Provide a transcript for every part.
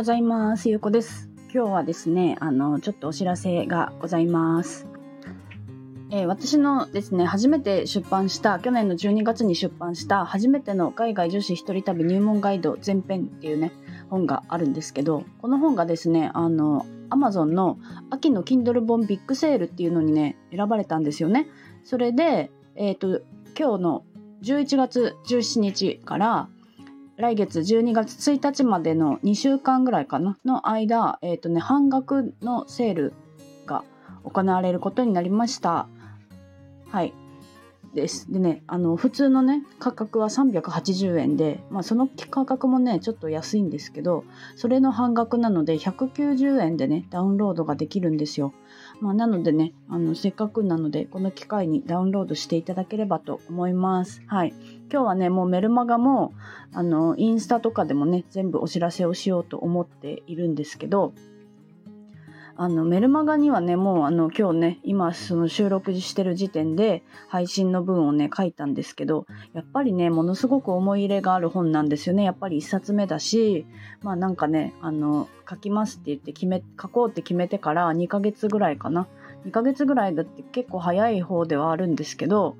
ございます。ゆうこです。今日はですね、ちょっとお知らせがございます。私のですね、初めて出版した去年の12月に出版した初めての海外女子一人旅入門ガイド前編っていうね本があるんですけど、この本がですねAmazon の秋の Kindle 本ビッグセールっていうのにね選ばれたんですよね。それで今日の11月17日から来月12月1日までの2週間ぐらいかなの間、半額のセールが行われることになりました。はいです。でね、普通のね価格は380円で、その価格もねちょっと安いんですけど、それの半額なので190円でねダウンロードができるんですよ。なのでねせっかくなのでこの機会にダウンロードしていただければと思います。はい。今日はねもうメルマガもインスタとかでもね全部お知らせをしようと思っているんですけど、メルマガにはねもう今日ね今その収録してる時点で配信の文をね書いたんですけど、やっぱりねものすごく思い入れがある本なんですよね。やっぱり一冊目だし、なんかね書きますって言って書こうって決めてから2ヶ月ぐらいかな。2ヶ月ぐらいだって結構早い方ではあるんですけど、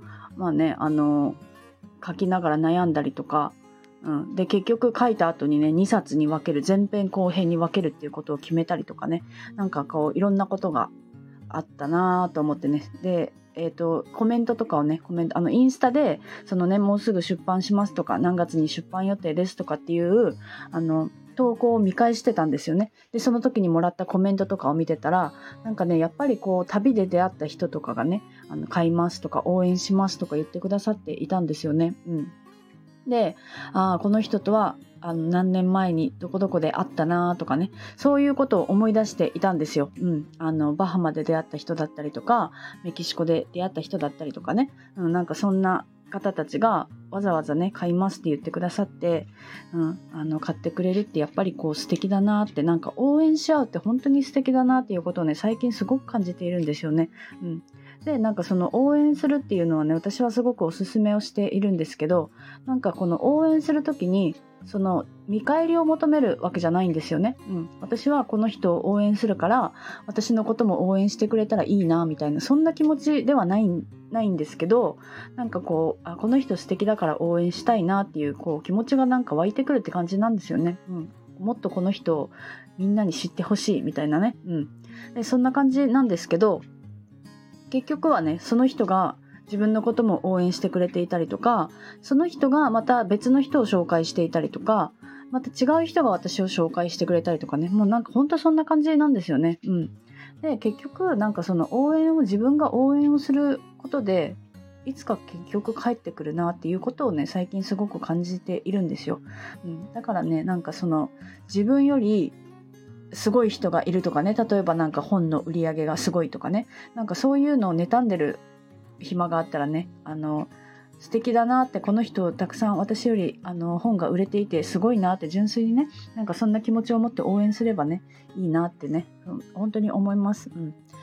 書きながら悩んだりとか、で結局書いた後にね2冊に分ける、前編後編に分けるっていうことを決めたりとかね、なんかこういろんなことがあったなと思ってね。でコメントとかをねインスタでそのねもうすぐ出版しますとか何月に出版予定ですとかっていう投稿を見返してたんですよね。でその時にもらったコメントとかを見てたら、なんかねやっぱりこう旅で出会った人とかがね買いますとか応援しますとか言ってくださっていたんですよね。でこの人とは何年前にどこどこで会ったなとかね、そういうことを思い出していたんですよ。バハマで出会った人だったりとかメキシコで出会った人だったりとかね、なんかそんな方たちがわざわざね買いますって言ってくださって、買ってくれるってやっぱりこう素敵だなって、なんか応援し合うって本当に素敵だなっていうことをね最近すごく感じているんですよね。でなんかその応援するっていうのはね私はすごくおすすめをしているんですけど、なんかこの応援するときにその見返りを求めるわけじゃないんですよね。私はこの人を応援するから私のことも応援してくれたらいいなみたいな、そんな気持ちではないんですけど、なんかこうこの人素敵だから応援したいなっていうこう気持ちがなんか湧いてくるって感じなんですよね。もっとこの人をみんなに知ってほしいみたいなね。でそんな感じなんですけど、結局はねその人が自分のことも応援してくれていたりとか、その人がまた別の人を紹介していたりとか、また違う人が私を紹介してくれたりとかね、もうなんかほんとそんな感じなんですよね。で結局なんかその自分が応援をすることでいつか結局帰ってくるなっていうことをね最近すごく感じているんですよ。だからねなんかその自分よりすごい人がいるとかね、例えばなんか本の売り上げがすごいとかね、なんかそういうのを妬んでる暇があったらね素敵だなって、この人たくさん私より本が売れていてすごいなって純粋にねなんかそんな気持ちを持って応援すればねいいなってね本当に思います。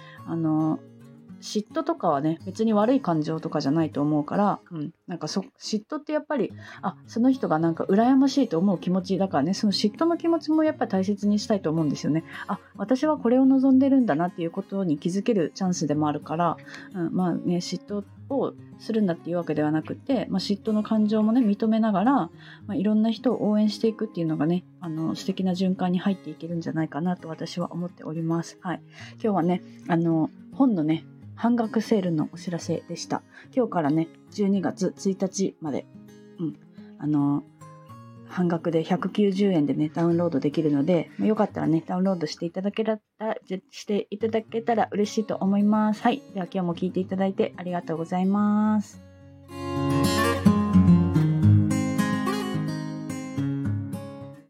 嫉妬とかはね別に悪い感情とかじゃないと思うから、なんか嫉妬ってやっぱりその人がなんか羨ましいと思う気持ちだからね、その嫉妬の気持ちもやっぱり大切にしたいと思うんですよね。私はこれを望んでるんだなっていうことに気づけるチャンスでもあるから、嫉妬をするんだっていうわけではなくて、嫉妬の感情もね認めながら、いろんな人を応援していくっていうのがね素敵な循環に入っていけるんじゃないかなと私は思っております。今日はね本のね半額セールのお知らせでした。今日からね12月1日まで、半額で190円でねダウンロードできるので、よかったらねダウンロードしていただけたら嬉しいと思います。では今日も聞いていただいてありがとうございます。